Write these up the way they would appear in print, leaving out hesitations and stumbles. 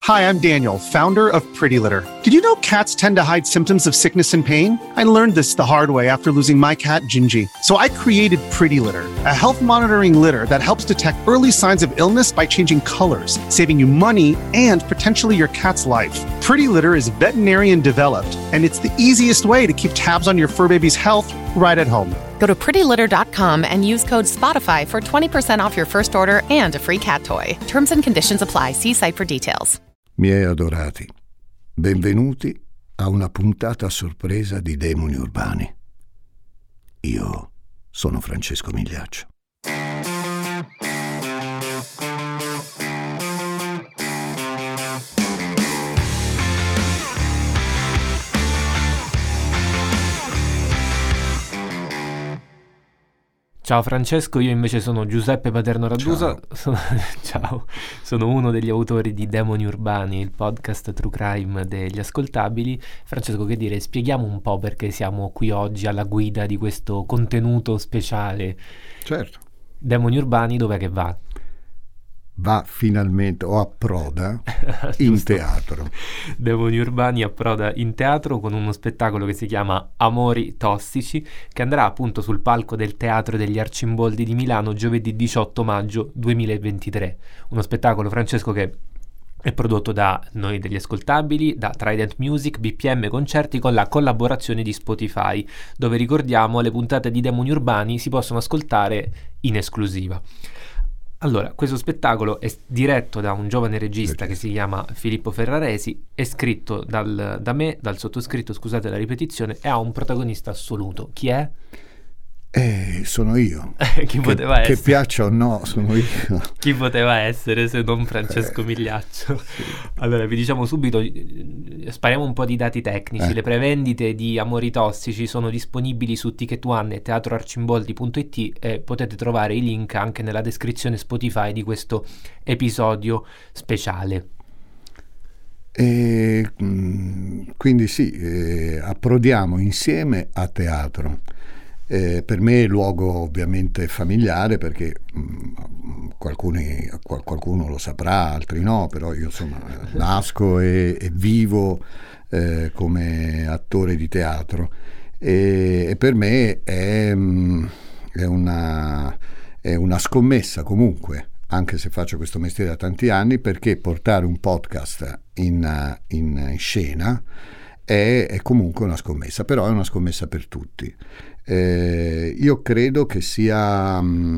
Hi, I'm Daniel, founder of Pretty Litter. Did you know cats tend to hide symptoms of sickness and pain? I learned this the hard way after losing my cat, Gingy. So I created Pretty Litter, a health monitoring litter that helps detect early signs of illness by changing colors, saving you money and potentially your cat's life. Pretty Litter is veterinarian developed, and it's the easiest way to keep tabs on your fur baby's health right at home. Go to prettylitter.com and use code SPOTIFY for 20% off your first order and a free cat toy. Terms and conditions apply. See site for details. Miei adorati, benvenuti a una puntata a sorpresa di Demoni Urbani. Io sono Francesco Migliaccio. Ciao Francesco, io invece sono Giuseppe Paterno Raddusa. Ciao, sono uno degli autori di Demoni Urbani, il podcast True Crime degli ascoltabili. Francesco, che dire, spieghiamo un po' perché siamo qui oggi alla guida di questo contenuto speciale. Certo. Demoni Urbani dov'è che va? Va finalmente, o approda, in teatro. Demoni Urbani approda in teatro con uno spettacolo che si chiama Amori Tossici, che andrà appunto sul palco del Teatro degli Arcimboldi di Milano giovedì 18 maggio 2023. Uno spettacolo, Francesco, che è prodotto da noi degli ascoltabili, da Trident Music, BPM Concerti, con la collaborazione di Spotify, dove, ricordiamo, le puntate di Demoni Urbani si possono ascoltare in esclusiva. Allora, questo spettacolo è diretto da un giovane regista che si chiama Filippo Ferraresi, è scritto da me, dal sottoscritto, scusate la ripetizione, e ha un protagonista assoluto. Chi è? Sono io. Chi poteva essere? Che piaccia o no, sono io. Chi poteva essere se non Francesco Migliaccio? Sì. Allora, vi diciamo subito, spariamo un po' di dati tecnici. Le prevendite di Amori Tossici sono disponibili su Ticket One e teatroarcimboldi.it e potete trovare i link anche nella descrizione Spotify di questo episodio speciale. Quindi sì, approdiamo insieme a teatro. Per me è luogo ovviamente familiare, perché qualcuno lo saprà, altri no, però io insomma nasco e vivo come attore di teatro, e per me è una scommessa comunque, anche se faccio questo mestiere da tanti anni, perché portare un podcast in scena è comunque una scommessa, però è una scommessa per tutti. Io credo che sia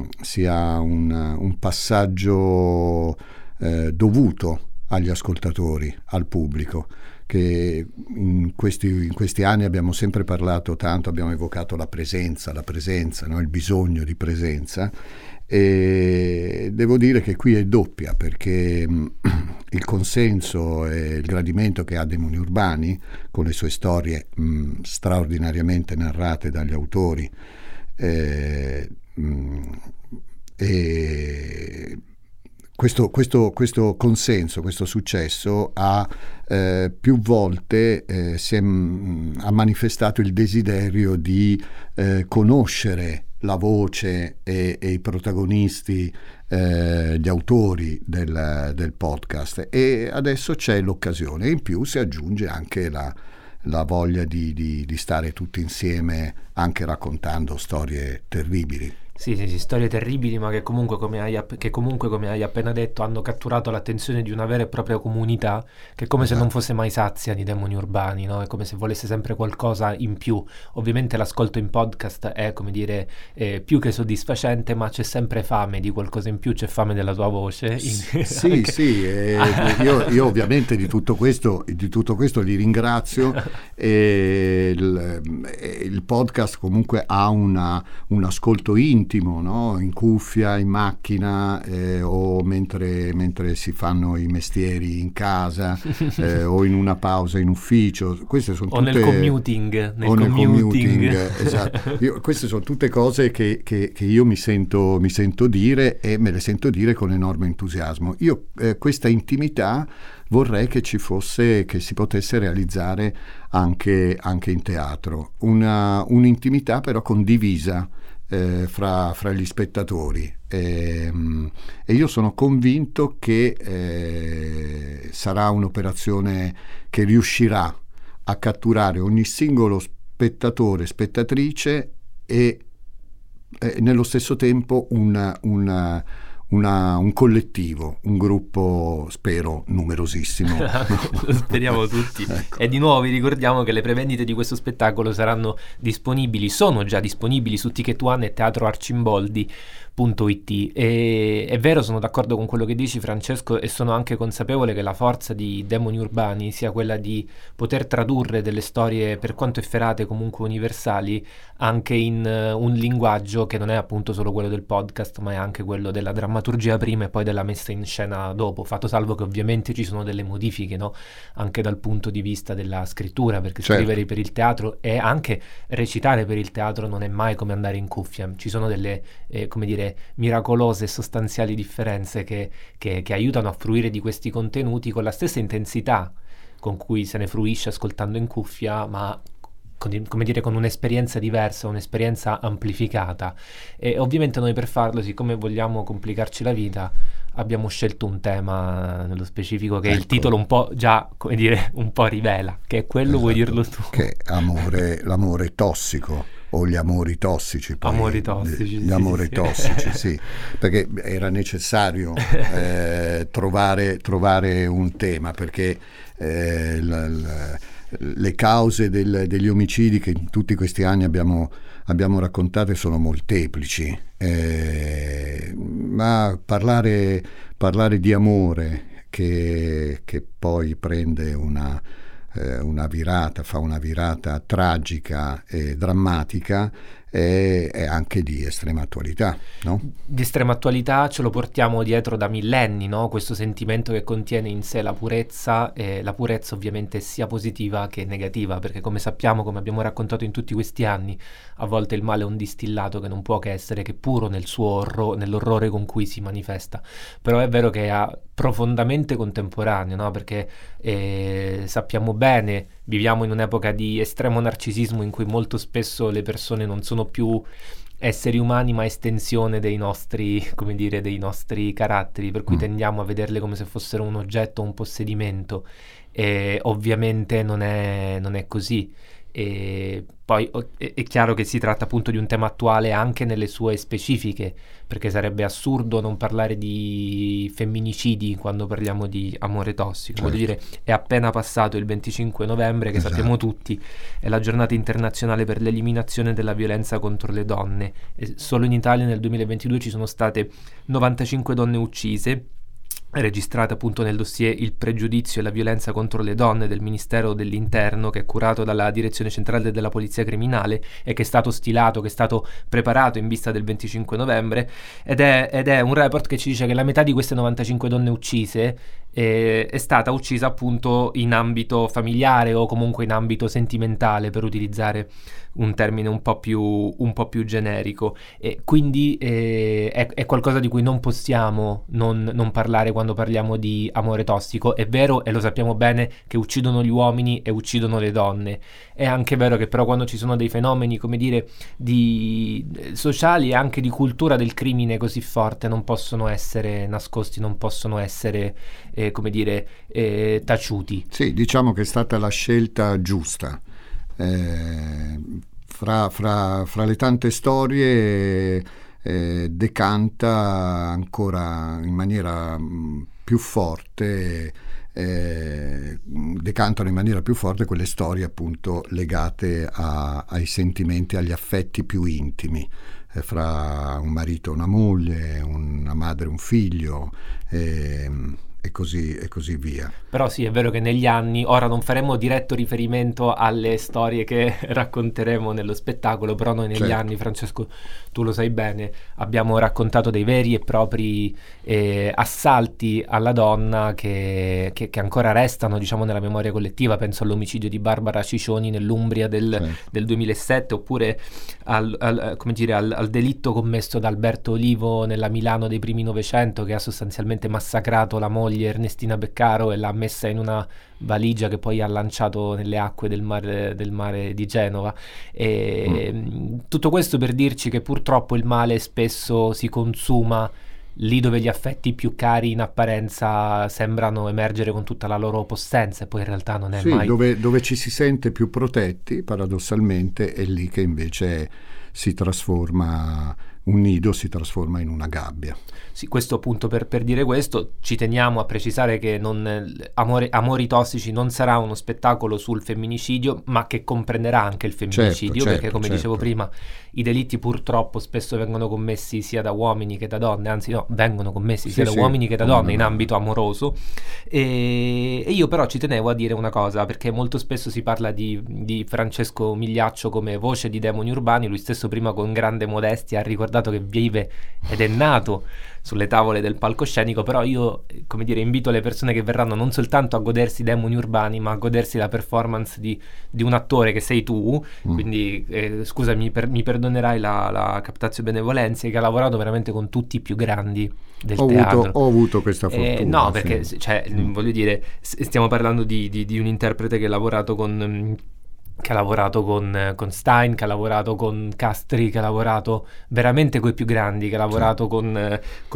un passaggio dovuto agli ascoltatori, al pubblico, che in questi anni abbiamo sempre parlato tanto, abbiamo evocato la presenza, no? Il bisogno di presenza, e devo dire che qui è doppia, perché il consenso e il gradimento che ha Demoni Urbani, con le sue storie straordinariamente narrate dagli autori, e questo consenso, questo successo ha più volte ha manifestato il desiderio di conoscere la voce e i protagonisti, gli autori del podcast, e adesso c'è l'occasione, e in più si aggiunge anche la voglia di stare tutti insieme, anche raccontando storie terribili. Sì, storie terribili, ma che comunque, come hai appena detto, hanno catturato l'attenzione di una vera e propria comunità, che è come se non fosse mai sazia di Demoni Urbani, no? È come se volesse sempre qualcosa in più. Ovviamente l'ascolto in podcast è, come dire, più che soddisfacente, ma c'è sempre fame di qualcosa in più, c'è fame della tua voce. Sì, io ovviamente di tutto questo li ringrazio. Il podcast comunque ha un ascolto intimo, no? In cuffia, in macchina, o mentre si fanno i mestieri in casa, o in una pausa in ufficio. Queste sono o tutte, nel commuting. Esatto. Queste sono tutte cose che io mi sento dire, e me le sento dire con enorme entusiasmo. Io questa intimità vorrei che ci fosse, che si potesse realizzare anche in teatro, un'intimità però condivisa, fra gli spettatori, e io sono convinto che sarà un'operazione che riuscirà a catturare ogni singolo spettatore, spettatrice, e nello stesso tempo un collettivo, un gruppo, spero numerosissimo. Lo speriamo tutti. Ecco. E di nuovo vi ricordiamo che le prevendite di questo spettacolo sono già disponibili su Ticket One e teatroarcimboldi.it. E è vero, sono d'accordo con quello che dici, Francesco, e sono anche consapevole che la forza di Demoni Urbani sia quella di poter tradurre delle storie, per quanto efferate, comunque universali, anche in un linguaggio che non è appunto solo quello del podcast, ma è anche quello della drammaturgia prima e poi della messa in scena dopo, fatto salvo che ovviamente ci sono delle modifiche, no? Anche dal punto di vista della scrittura, perché certo, scrivere per il teatro e anche recitare per il teatro non è mai come andare in cuffia. Ci sono delle come dire, miracolose e sostanziali differenze che aiutano a fruire di questi contenuti con la stessa intensità con cui se ne fruisce ascoltando in cuffia, ma come dire, con un'esperienza diversa, un'esperienza amplificata. E ovviamente noi per farlo, siccome vogliamo complicarci la vita, abbiamo scelto un tema nello specifico che il titolo un po' già, come dire, un po' rivela, che è quello, esatto, vuoi dirlo tu? Che l'amore tossico, o gli amori tossici. Poi, amori tossici. Gli amori tossici, sì, perché era necessario trovare un tema, perché le cause degli omicidi che in tutti questi anni abbiamo raccontate sono molteplici, ma parlare di amore che poi prende una virata, fa una virata tragica e drammatica, è anche di estrema attualità, no? Di estrema attualità, ce lo portiamo dietro da millenni, no? Questo sentimento che contiene in sé la purezza, e la purezza ovviamente sia positiva che negativa, perché come sappiamo, come abbiamo raccontato in tutti questi anni, a volte il male è un distillato che non può che essere che puro nell'orrore con cui si manifesta. Però è vero che è profondamente contemporaneo, no? Perché sappiamo bene, viviamo in un'epoca di estremo narcisismo in cui molto spesso le persone non sono più esseri umani ma estensione dei nostri, come dire, dei nostri caratteri, per cui tendiamo a vederle come se fossero un oggetto, un possedimento, e ovviamente non è così. E poi è chiaro che si tratta appunto di un tema attuale anche nelle sue specifiche, perché sarebbe assurdo non parlare di femminicidi quando parliamo di amore tossico. Certo. Voglio dire, è appena passato il 25 novembre, che esatto, sappiamo tutti è la giornata internazionale per l'eliminazione della violenza contro le donne, e solo in Italia nel 2022 ci sono state 95 donne uccise, registrate appunto nel dossier Il pregiudizio e la violenza contro le donne del Ministero dell'Interno, che è curato dalla Direzione Centrale della Polizia Criminale e che è stato stilato, che è stato preparato in vista del 25 novembre, ed è un report che ci dice che la metà di queste 95 donne uccise è stata uccisa appunto in ambito familiare o comunque in ambito sentimentale, per utilizzare un termine un po' più generico, e quindi è qualcosa di cui non possiamo non parlare quando parliamo di amore tossico. È vero, e lo sappiamo bene, che uccidono gli uomini e uccidono le donne. È anche vero che però quando ci sono dei fenomeni, come dire, sociali e anche di cultura del crimine così forte, non possono essere nascosti, non possono essere come dire, taciuti. Sì, diciamo che è stata la scelta giusta. Fra le tante storie decanta ancora in maniera più forte, decantano in maniera più forte quelle storie appunto legate ai sentimenti, agli affetti più intimi, fra un marito e una moglie, una madre e un figlio, e così via. Però sì, è vero che negli anni, ora non faremo diretto riferimento alle storie che racconteremo nello spettacolo, però noi negli anni, Francesco, tu lo sai bene, abbiamo raccontato dei veri e propri assalti alla donna che ancora restano, diciamo, nella memoria collettiva. Penso all'omicidio di Barbara Cicioni nell'Umbria del 2007, oppure al delitto commesso da Alberto Olivo nella Milano dei primi Novecento, che ha sostanzialmente massacrato la moglie moglie Ernestina Beccaro e l'ha messa in una valigia che poi ha lanciato nelle acque del mare di Genova. Tutto questo per dirci che purtroppo il male spesso si consuma lì dove gli affetti più cari in apparenza sembrano emergere con tutta la loro possenza, e poi in realtà non è mai... dove ci si sente più protetti, paradossalmente, è lì che invece si trasforma, un nido si trasforma in una gabbia. Sì, questo appunto per dire questo, ci teniamo a precisare che Amori tossici non sarà uno spettacolo sul femminicidio, ma che comprenderà anche il femminicidio, perché come dicevo prima, i delitti purtroppo spesso vengono commessi sia da uomini che da donne, anzi no, vengono commessi sia da uomini che da donne in ambito amoroso, e io però ci tenevo a dire una cosa, perché molto spesso si parla di Francesco Migliaccio come voce di Demoni Urbani. Lui stesso prima con grande modestia ha ricordato che vive ed è nato sulle tavole del palcoscenico, però io, come dire, invito le persone che verranno non soltanto a godersi Demoni Urbani, ma a godersi la performance di un attore che sei tu, quindi scusami, mi perdonerai la captazio benevolenze, che ha lavorato veramente con tutti i più grandi del teatro. Ho avuto questa fortuna. No, perché voglio dire, stiamo parlando di un interprete che ha lavorato con Stein, che ha lavorato con Castri, che ha lavorato veramente con i più grandi, che ha lavorato con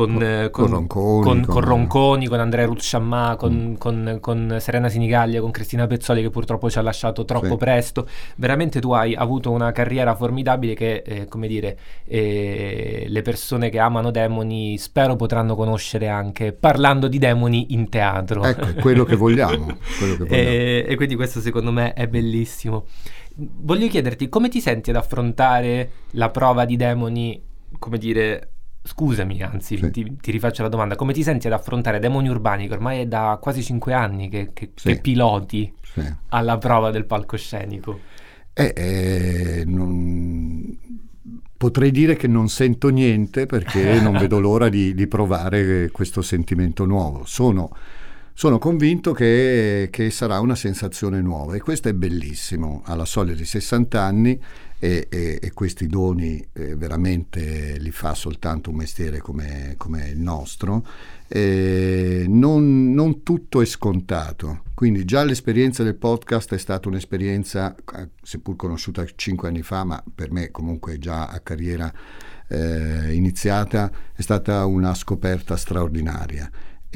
Ronconi, con Andrea Ruzzamà, con Serena Sinigaglia, con Cristina Pezzoli, che purtroppo ci ha lasciato troppo presto. Veramente tu hai avuto una carriera formidabile che, come dire, le persone che amano Demoni spero potranno conoscere anche parlando di Demoni in teatro. Ecco, è quello che vogliamo. E quindi questo secondo me è bellissimo. Voglio chiederti come ti senti ad affrontare la prova di Demoni, come dire, scusami, anzi ti rifaccio la domanda, come ti senti ad affrontare Demoni Urbani, che ormai è da quasi 5 anni che piloti alla prova del palcoscenico? Potrei dire che non sento niente, perché non vedo l'ora di provare questo sentimento nuovo. Sono convinto che sarà una sensazione nuova, e questo è bellissimo. Alla soglia di 60 anni e questi doni veramente li fa soltanto un mestiere come il nostro. Non tutto è scontato, quindi già l'esperienza del podcast è stata un'esperienza, seppur conosciuta 5 anni fa, ma per me comunque già a carriera iniziata, è stata una scoperta straordinaria.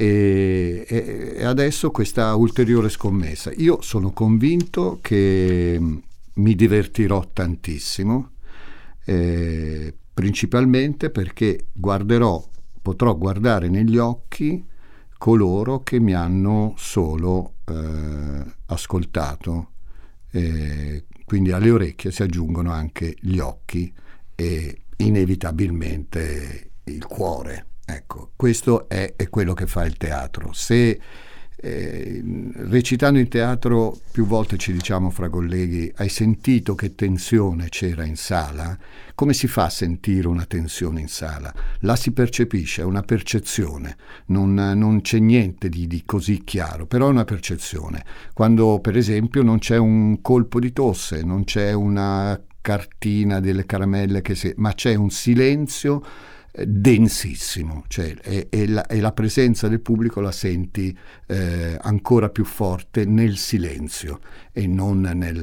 E adesso questa ulteriore scommessa. Io sono convinto che mi divertirò tantissimo, principalmente perché potrò guardare negli occhi coloro che mi hanno solo ascoltato, quindi alle orecchie si aggiungono anche gli occhi e inevitabilmente il cuore. Ecco, questo è quello che fa il teatro. Se recitando in teatro più volte ci diciamo fra colleghi: hai sentito che tensione c'era in sala? Come si fa a sentire una tensione in sala? La si percepisce, è una percezione, non c'è niente di così chiaro, però è una percezione. Quando per esempio non c'è un colpo di tosse, non c'è una cartina delle caramelle ma c'è un silenzio densissimo, cioè e la presenza del pubblico la senti ancora più forte nel silenzio e non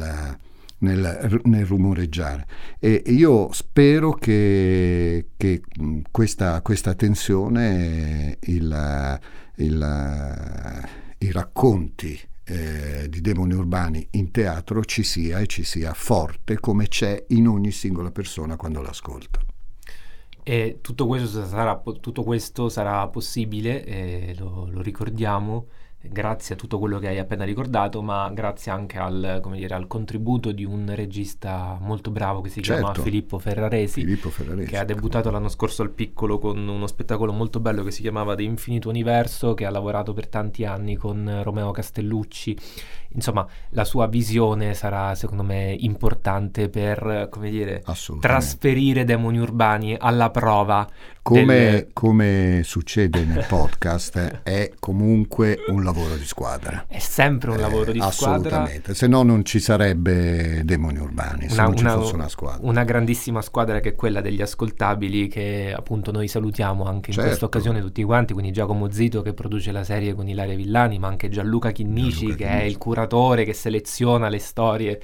nel rumoreggiare. E io spero che questa tensione, i racconti di Demoni Urbani in teatro ci sia forte, come c'è in ogni singola persona quando l'ascolta. E tutto questo sarà possibile, lo ricordiamo, grazie a tutto quello che hai appena ricordato, ma grazie anche al contributo di un regista molto bravo che si chiama Filippo Ferraresi, che ha debuttato l'anno scorso al Piccolo con uno spettacolo molto bello che si chiamava The Infinite Universo, che ha lavorato per tanti anni con Romeo Castellucci. Insomma, la sua visione sarà, secondo me, importante per, come dire, trasferire Demoni Urbani alla prova. Come succede nel podcast, è comunque un lavoro lavoro di squadra. È sempre un lavoro di squadra. Assolutamente, se no non ci sarebbe Demoni Urbani, se non ci fosse una squadra. Una grandissima squadra che è quella degli ascoltabili, che appunto noi salutiamo anche in questa occasione tutti quanti, quindi Giacomo Zito che produce la serie con Ilaria Villani, ma anche Gianluca Chinnici che è il curatore che seleziona le storie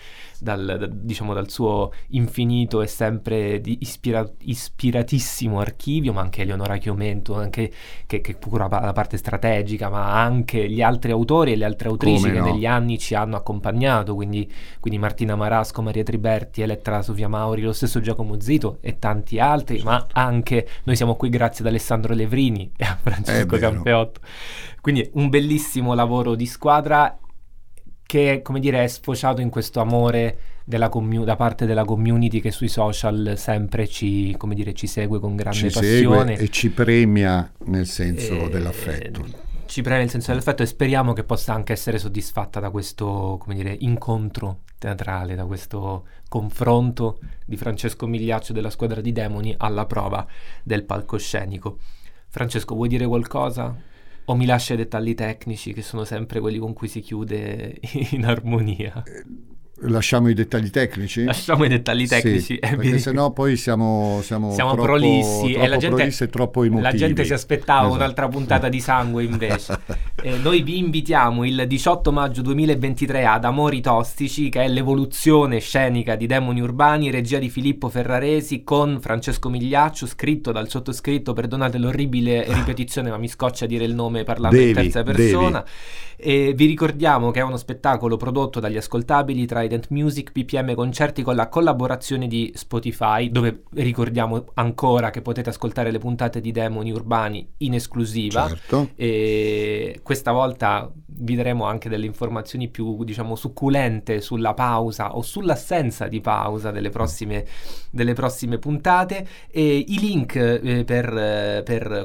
dal suo infinito e sempre ispiratissimo archivio, ma anche Eleonora Chiomento, anche che cura la parte strategica, ma anche gli altri autori e le altre autrici negli anni ci hanno accompagnato, quindi Martina Marasco, Maria Triberti, Elettra Sofia Mauri, lo stesso Giacomo Zito e tanti altri, ma anche noi siamo qui grazie ad Alessandro Levrini e a Francesco Campeotto. Quindi un bellissimo lavoro di squadra che, come dire, è sfociato in questo amore da parte della community che sui social sempre ci segue con grande passione e ci premia nel senso dell'affetto. Ci premia nel senso dell'affetto e speriamo che possa anche essere soddisfatta da questo, come dire, incontro teatrale, da questo confronto di Francesco Migliaccio della squadra di Demoni alla prova del palcoscenico. Francesco, vuoi dire qualcosa? O mi lascia i dettagli tecnici che sono sempre quelli con cui si chiude in armonia? Lasciamo i dettagli tecnici? Lasciamo i dettagli tecnici. Sì, perché sennò poi siamo troppo prolissi e la gente, e troppo emotivi. La gente si aspettava un'altra puntata di sangue invece. Noi vi invitiamo il 18 maggio 2023 ad Amori Tossici, che è l'evoluzione scenica di Demoni Urbani, regia di Filippo Ferraresi con Francesco Migliaccio, scritto dal sottoscritto, perdonate l'orribile ripetizione ma mi scoccia dire il nome parlando in terza persona. E vi ricordiamo che è uno spettacolo prodotto dagli ascoltabili Trident Music BPM Concerti con la collaborazione di Spotify, dove ricordiamo ancora che potete ascoltare le puntate di Demoni Urbani in esclusiva. Certo. E questa volta vi daremo anche delle informazioni più, diciamo, succulente sulla pausa o sull'assenza di pausa delle prossime puntate, e i link per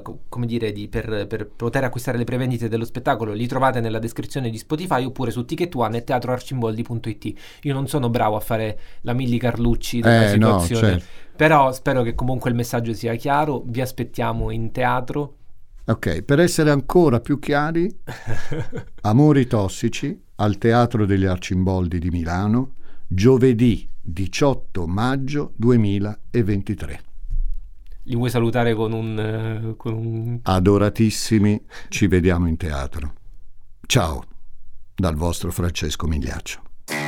poter acquistare le prevendite dello spettacolo li trovate nella descrizione di Spotify oppure su Ticket One e teatroarcimboldi.it. Io non sono bravo a fare la Milli Carlucci della situazione, no, certo. Però spero che comunque il messaggio sia chiaro. Vi aspettiamo in teatro. Ok, per essere ancora più chiari, Amori Tossici al Teatro degli Arcimboldi di Milano, giovedì 18 maggio 2023. Li vuoi salutare con un... Adoratissimi, ci vediamo in teatro. Ciao, dal vostro Francesco Migliaccio.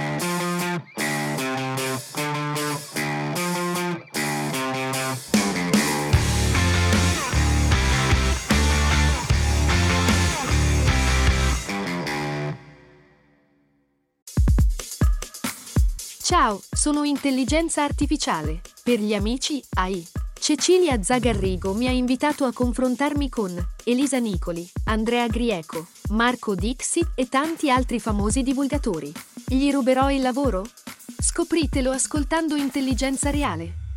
Ciao, sono Intelligenza Artificiale. Per gli amici, AI. Cecilia Zagarrigo mi ha invitato a confrontarmi con Elisa Nicoli, Andrea Grieco, Marco Dixi e tanti altri famosi divulgatori. Gli ruberò il lavoro? Scopritelo ascoltando Intelligenza Reale.